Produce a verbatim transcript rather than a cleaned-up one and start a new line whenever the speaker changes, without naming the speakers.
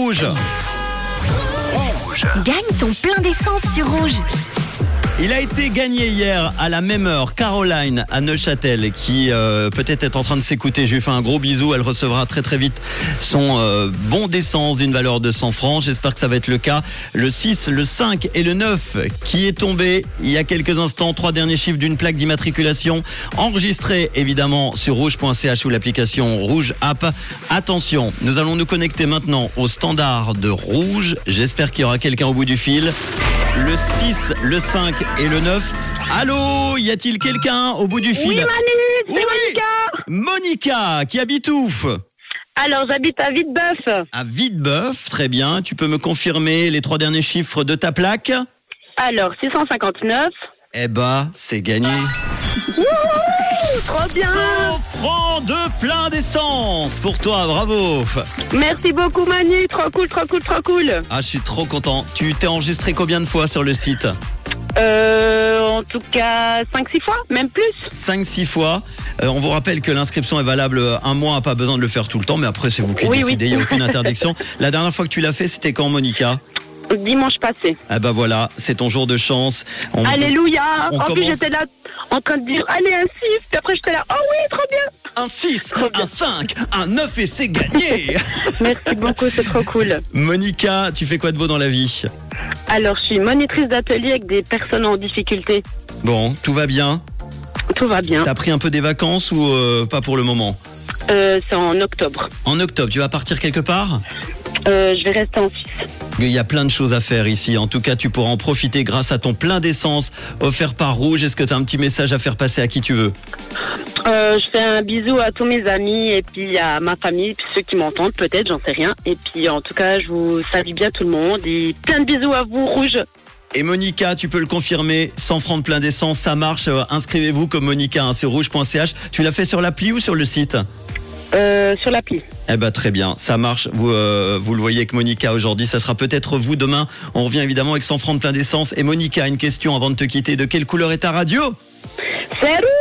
Rouge.
Rouge.
Gagne ton plein d'essence sur Rouge.
Il a été gagné hier à la même heure. Caroline à Neuchâtel qui euh, peut-être est en train de s'écouter. Je lui fais un gros bisou. Elle recevra très très vite son euh, bon d'essence d'une valeur de cent francs. J'espère que ça va être le cas. Le six, le cinq et le neuf qui est tombé il y a quelques instants. Trois derniers chiffres d'une plaque d'immatriculation enregistrée évidemment sur rouge point c h ou l'application Rouge App. Attention, nous allons nous connecter maintenant au standard de Rouge. J'espère qu'il y aura quelqu'un au bout du fil. Le six, le cinq et le neuf. Allô, y a-t-il quelqu'un au bout du fil?
Oui, Manu, c'est
Oui.
Monica.
Monica, qui habite où?
Alors, j'habite à Vitebeuf.
À Vitebeuf, très bien. Tu peux me confirmer les trois derniers chiffres de ta plaque?
Alors, six cent cinquante-neuf.
Eh bah, c'est gagné.
Wouhou, trop bien.
cent francs de plein d'essence pour toi, bravo.
Merci beaucoup, Manu. Trop cool, trop cool, trop cool.
Ah, je suis trop content. Tu t'es enregistré combien de fois sur le site?
Euh, en tout cas, cinq six fois, même plus.
cinq six fois. Euh, on vous rappelle que l'inscription est valable un mois, pas besoin de le faire tout le temps, mais après c'est vous qui
Oui,
décidez, il
oui.
n'y a aucune interdiction. La dernière fois que tu l'as fait, c'était quand, Monica?
Dimanche passé.
Ah bah voilà, c'est ton jour de chance. On-
Alléluia.
on
En plus,
commence-
j'étais là en train de dire, allez, un six. Puis après, j'étais là, oh oui, trop bien.
Un six,
Trop bien.
un cinq, un neuf et c'est gagné.
Merci beaucoup, c'est trop cool.
Monica, tu fais quoi de beau dans la vie?
Alors, je suis monitrice d'atelier avec des personnes en difficulté.
Bon, tout va bien?
Tout va bien.
T'as pris un peu des vacances ou euh, pas pour le moment?
Euh, c'est en octobre.
En octobre, tu vas partir quelque part?
Euh, je vais rester en Suisse.
Il y a plein de choses à faire ici. En tout cas, tu pourras en profiter grâce à ton plein d'essence offert par Rouge. Est-ce que tu as un petit message à faire passer à qui tu veux?
Euh, je fais un bisou à tous mes amis et puis à ma famille, puis ceux qui m'entendent peut-être, j'en sais rien. Et puis en tout cas, je vous salue bien tout le monde et plein de bisous à vous, Rouge.
Et Monica, tu peux le confirmer, cent francs de plein d'essence, ça marche. Euh, inscrivez-vous comme Monica hein, sur rouge point c h. Tu l'as fait sur l'appli ou sur le site?
Euh, sur l'appli.
Eh ben très bien, ça marche. Vous, euh, vous le voyez avec Monica aujourd'hui, ça sera peut-être vous demain. On revient évidemment avec cent francs de plein d'essence. Et Monica, une question avant de te quitter. De quelle couleur est ta radio?
C'est rouge.